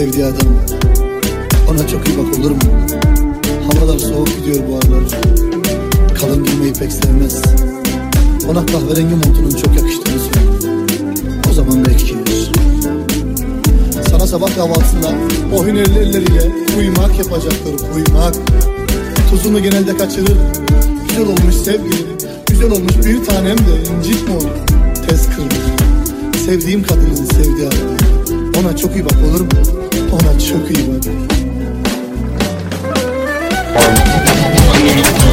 sevdiği adam. Ona çok iyi bak, olur mu? Havalar soğuk gidiyor bu aralar. Kalın giymeyi pek sevmez. Ona kahverengi montunun çok yakıştığını söyledi. O zaman belki gelir. Sana sabah kahvaltısında o hünerli elleriyle kuymak yapacaktır, kuymak. Tuzunu genelde kaçırır. Güzel olmuş sevgilim, güzel olmuş bir tanem de incitme onu. Tez kırılır. Sevdiğim kadının sevdiği adam. Ona çok iyi bak, olur mu? Ona çok iyi bak.